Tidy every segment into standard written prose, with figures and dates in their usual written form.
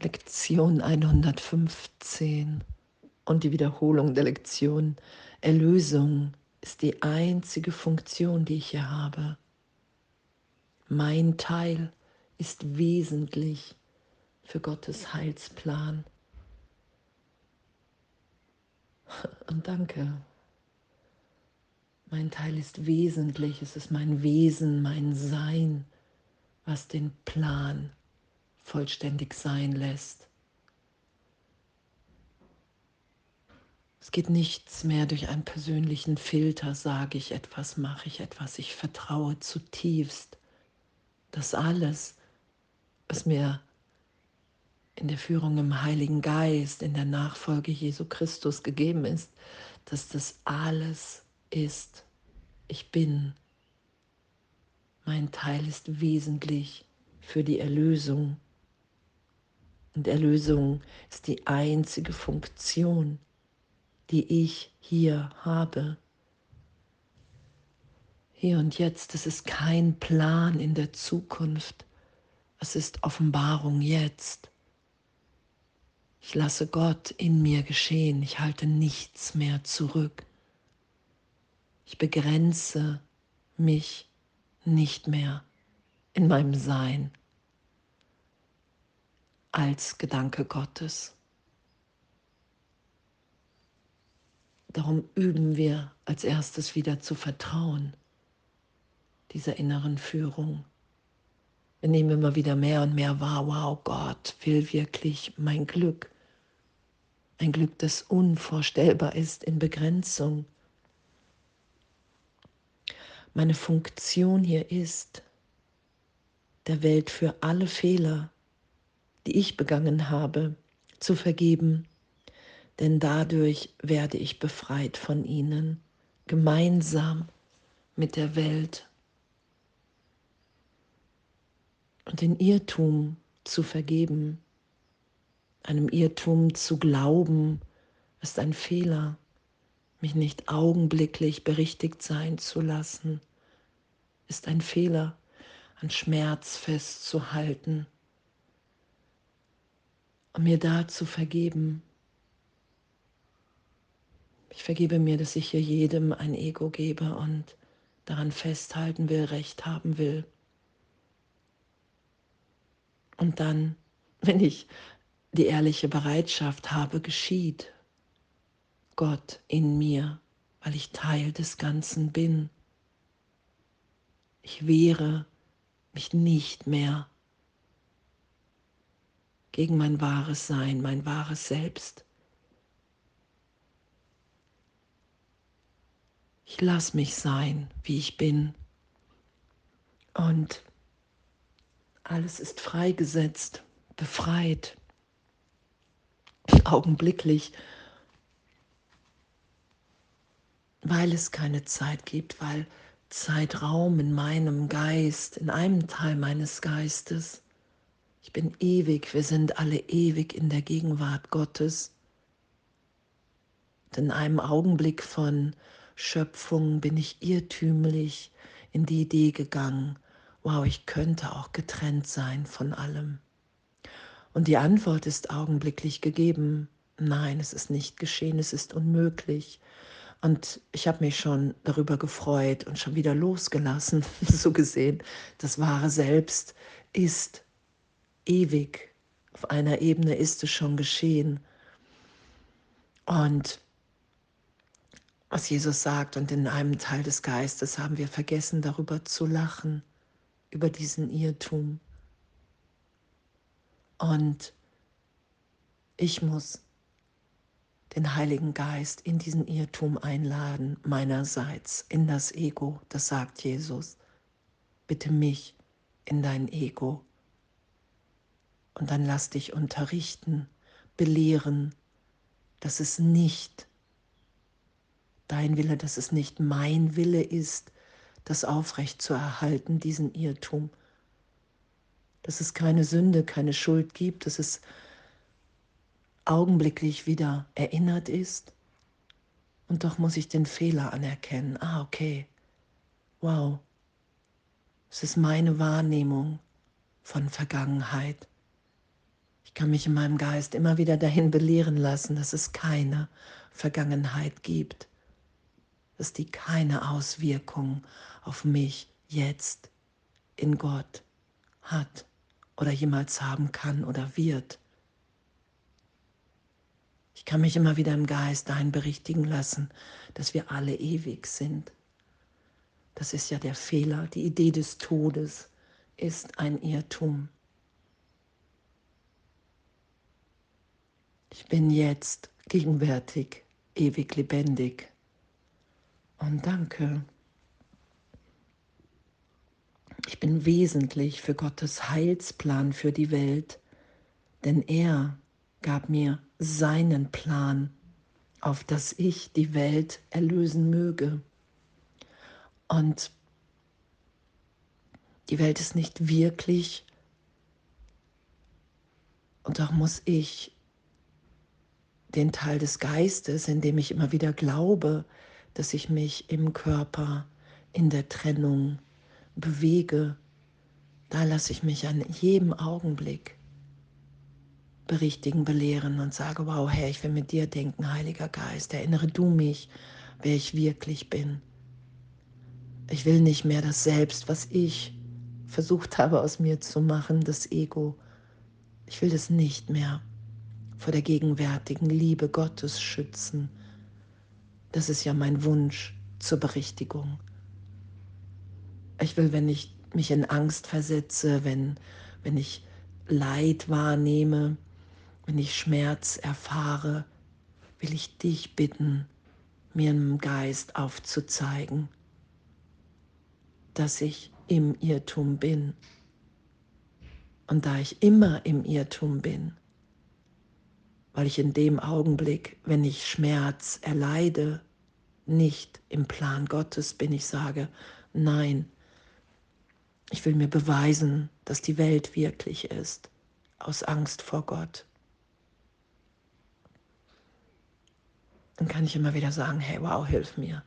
Lektion 115 und die Wiederholung der Lektion. Erlösung ist die einzige Funktion, die ich hier habe. Mein Teil ist wesentlich für Gottes Heilsplan. Und danke. Mein Teil ist wesentlich, es ist mein Wesen, mein Sein, was den Plan vollständig sein lässt. Es geht nichts mehr durch einen persönlichen Filter, sage ich etwas, mache ich etwas. Ich vertraue zutiefst, dass alles, was mir in der Führung im Heiligen Geist, in der Nachfolge Jesu Christus gegeben ist, dass das alles ist. Ich bin. Mein Teil ist wesentlich für die Erlösung. Und Erlösung ist die einzige Funktion, die ich hier habe. Hier und jetzt, es ist kein Plan in der Zukunft. Es ist Offenbarung jetzt. Ich lasse Gott in mir geschehen. Ich halte nichts mehr zurück. Ich begrenze mich nicht mehr in meinem Sein als Gedanke Gottes. Darum üben wir als erstes wieder zu vertrauen, dieser inneren Führung. Wir nehmen immer wieder mehr und mehr wahr, wow, Gott will wirklich mein Glück. Ein Glück, das unvorstellbar ist in Begrenzung. Meine Funktion hier ist, der Welt für alle Fehler, die ich begangen habe, zu vergeben, denn dadurch werde ich befreit von ihnen, gemeinsam mit der Welt. Und den Irrtum zu vergeben, einem Irrtum zu glauben, ist ein Fehler, mich nicht augenblicklich berichtigt sein zu lassen, ist ein Fehler, an Schmerz festzuhalten und mir da zu vergeben. Ich vergebe mir, dass ich hier jedem ein Ego gebe und daran festhalten will, Recht haben will. Und dann, wenn ich die ehrliche Bereitschaft habe, geschieht Gott in mir, weil ich Teil des Ganzen bin. Ich wehre mich nicht mehr gegen mein wahres Sein, mein wahres Selbst. Ich lasse mich sein, wie ich bin. Und alles ist freigesetzt, befreit, augenblicklich, weil es keine Zeit gibt, weil Zeitraum in meinem Geist, in einem Teil meines Geistes, ich bin ewig, wir sind alle ewig in der Gegenwart Gottes. Und in einem Augenblick von Schöpfung bin ich irrtümlich in die Idee gegangen, wow, ich könnte auch getrennt sein von allem. Und die Antwort ist augenblicklich gegeben. Nein, es ist nicht geschehen, es ist unmöglich. Und ich habe mich schon darüber gefreut und schon wieder losgelassen, so gesehen. Das wahre Selbst ist ewig. Auf einer Ebene ist es schon geschehen. Und was Jesus sagt, und in einem Teil des Geistes haben wir vergessen, darüber zu lachen, über diesen Irrtum. Und ich muss den Heiligen Geist in diesen Irrtum einladen, meinerseits, in das Ego, das sagt Jesus. Bitte mich in dein Ego. Und dann lass dich unterrichten, belehren, dass es nicht dein Wille, dass es nicht mein Wille ist, das aufrecht zu erhalten, diesen Irrtum. Dass es keine Sünde, keine Schuld gibt, dass es augenblicklich wieder erinnert ist. Und doch muss ich den Fehler anerkennen. Ah, okay. Wow. Es ist meine Wahrnehmung von Vergangenheit. kann mich in meinem Geist immer wieder dahin belehren lassen, dass es keine Vergangenheit gibt, dass die keine Auswirkung auf mich jetzt in Gott hat oder jemals haben kann oder wird. Ich kann mich immer wieder im Geist dahin berichtigen lassen, dass wir alle ewig sind. Das ist ja der Fehler. Die Idee des Todes ist ein Irrtum. Ich bin jetzt gegenwärtig, ewig lebendig. Und danke. Ich bin wesentlich für Gottes Heilsplan für die Welt, denn er gab mir seinen Plan, auf dass ich die Welt erlösen möge. Und die Welt ist nicht wirklich, und auch muss ich den Teil des Geistes, in dem ich immer wieder glaube, dass ich mich im Körper, in der Trennung bewege, da lasse ich mich an jedem Augenblick berichtigen, belehren und sage, wow, Herr, ich will mit dir denken, Heiliger Geist, erinnere du mich, wer ich wirklich bin. Ich will nicht mehr das Selbst, was ich versucht habe aus mir zu machen, das Ego. Ich will das nicht mehr vor der gegenwärtigen Liebe Gottes schützen. Das ist ja mein Wunsch zur Berichtigung. Ich will, wenn ich mich in Angst versetze, wenn ich Leid wahrnehme, wenn ich Schmerz erfahre, will ich dich bitten, mir im Geist aufzuzeigen, dass ich im Irrtum bin. Und da ich immer im Irrtum bin, weil ich in dem Augenblick, wenn ich Schmerz erleide, nicht im Plan Gottes bin, ich sage, nein, ich will mir beweisen, dass die Welt wirklich ist, aus Angst vor Gott. Dann kann ich immer wieder sagen, hey, wow, hilf mir.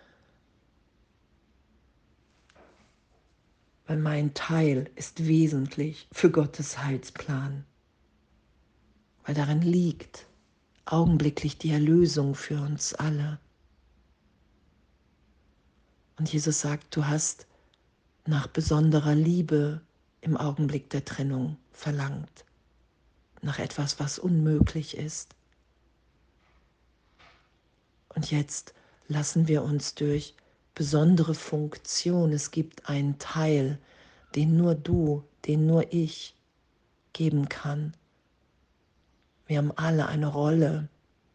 Weil mein Teil ist wesentlich für Gottes Heilsplan. Weil darin liegt augenblicklich die Erlösung für uns alle. Und Jesus sagt, du hast nach besonderer Liebe im Augenblick der Trennung verlangt. Nach etwas, was unmöglich ist. Und jetzt lassen wir uns durch besondere Funktion, es gibt einen Teil, den nur du, den nur ich geben kann. Wir haben alle eine Rolle,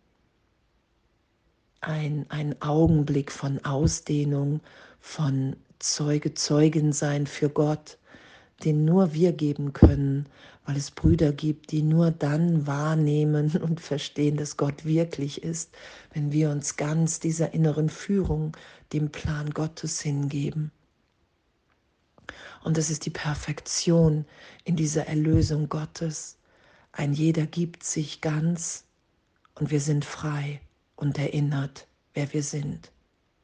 ein Augenblick von Ausdehnung, von Zeuge, Zeugin sein für Gott, den nur wir geben können, weil es Brüder gibt, die nur dann wahrnehmen und verstehen, dass Gott wirklich ist, wenn wir uns ganz dieser inneren Führung, dem Plan Gottes hingeben. Und das ist die Perfektion in dieser Erlösung Gottes. Ein jeder gibt sich ganz und wir sind frei und erinnert, wer wir sind,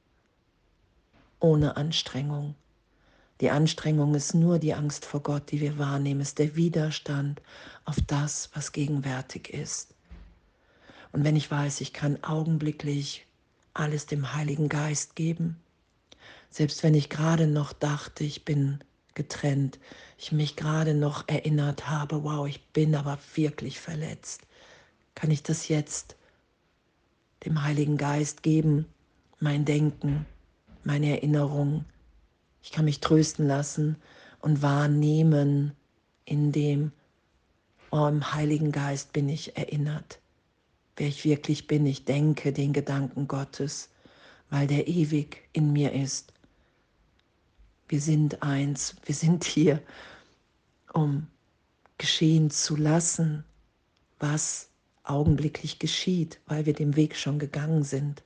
ohne Anstrengung. Die Anstrengung ist nur die Angst vor Gott, die wir wahrnehmen, ist der Widerstand auf das, was gegenwärtig ist. Und wenn ich weiß, ich kann augenblicklich alles dem Heiligen Geist geben, selbst wenn ich gerade noch dachte, ich bin getrennt, ich mich gerade noch erinnert habe, wow, ich bin aber wirklich verletzt, kann ich das jetzt dem Heiligen Geist geben, mein Denken, meine Erinnerung. Ich kann mich trösten lassen und wahrnehmen, in dem, oh, im Heiligen Geist bin ich erinnert, wer ich wirklich bin. Ich denke den Gedanken Gottes, weil der ewig in mir ist. Wir sind eins, wir sind hier, um geschehen zu lassen, was augenblicklich geschieht, weil wir den Weg schon gegangen sind.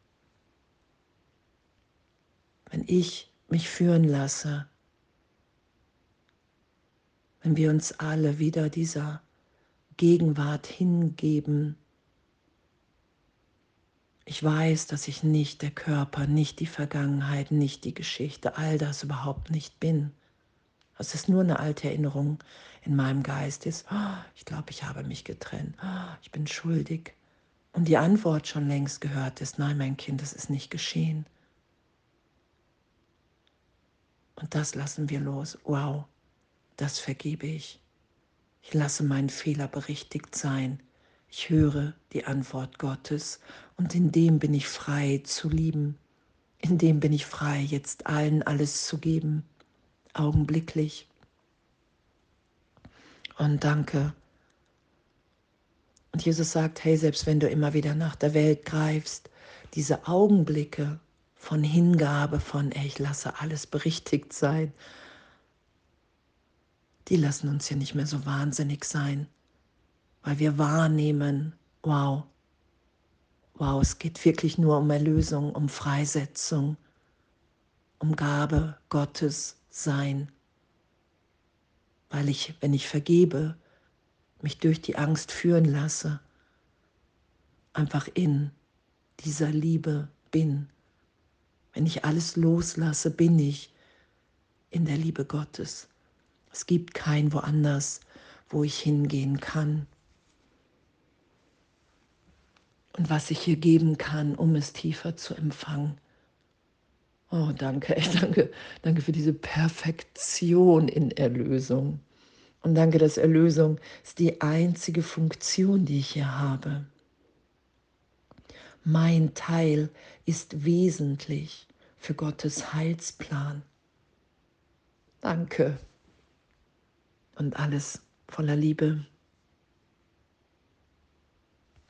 Wenn ich mich führen lasse, wenn wir uns alle wieder dieser Gegenwart hingeben, ich weiß, dass ich nicht der Körper, nicht die Vergangenheit, nicht die Geschichte, all das überhaupt nicht bin. Es ist nur eine alte Erinnerung in meinem Geist. Ich glaube, ich habe mich getrennt. Ich bin schuldig. Und die Antwort schon längst gehört ist, nein, mein Kind, das ist nicht geschehen. Und das lassen wir los. Wow, das vergebe ich. Ich lasse meinen Fehler berichtigt sein. Ich höre die Antwort Gottes und in dem bin ich frei zu lieben. In dem bin ich frei, jetzt allen alles zu geben, augenblicklich. Und danke. Und Jesus sagt, hey, selbst wenn du immer wieder nach der Welt greifst, diese Augenblicke von Hingabe, von, ey, ich lasse alles berichtigt sein, die lassen uns hier nicht mehr so wahnsinnig sein, weil wir wahrnehmen, wow, wow, es geht wirklich nur um Erlösung, um Freisetzung, um Gabe Gottes sein, weil ich, wenn ich vergebe, mich durch die Angst führen lasse, einfach in dieser Liebe bin. Wenn ich alles loslasse, bin ich in der Liebe Gottes. Es gibt kein woanders, wo ich hingehen kann. Und was ich hier geben kann, um es tiefer zu empfangen. Oh, danke, echt danke. Danke für diese Perfektion in Erlösung. Und danke, dass Erlösung ist die einzige Funktion, die ich hier habe. Mein Teil ist wesentlich für Gottes Heilsplan. Danke. Und alles voller Liebe.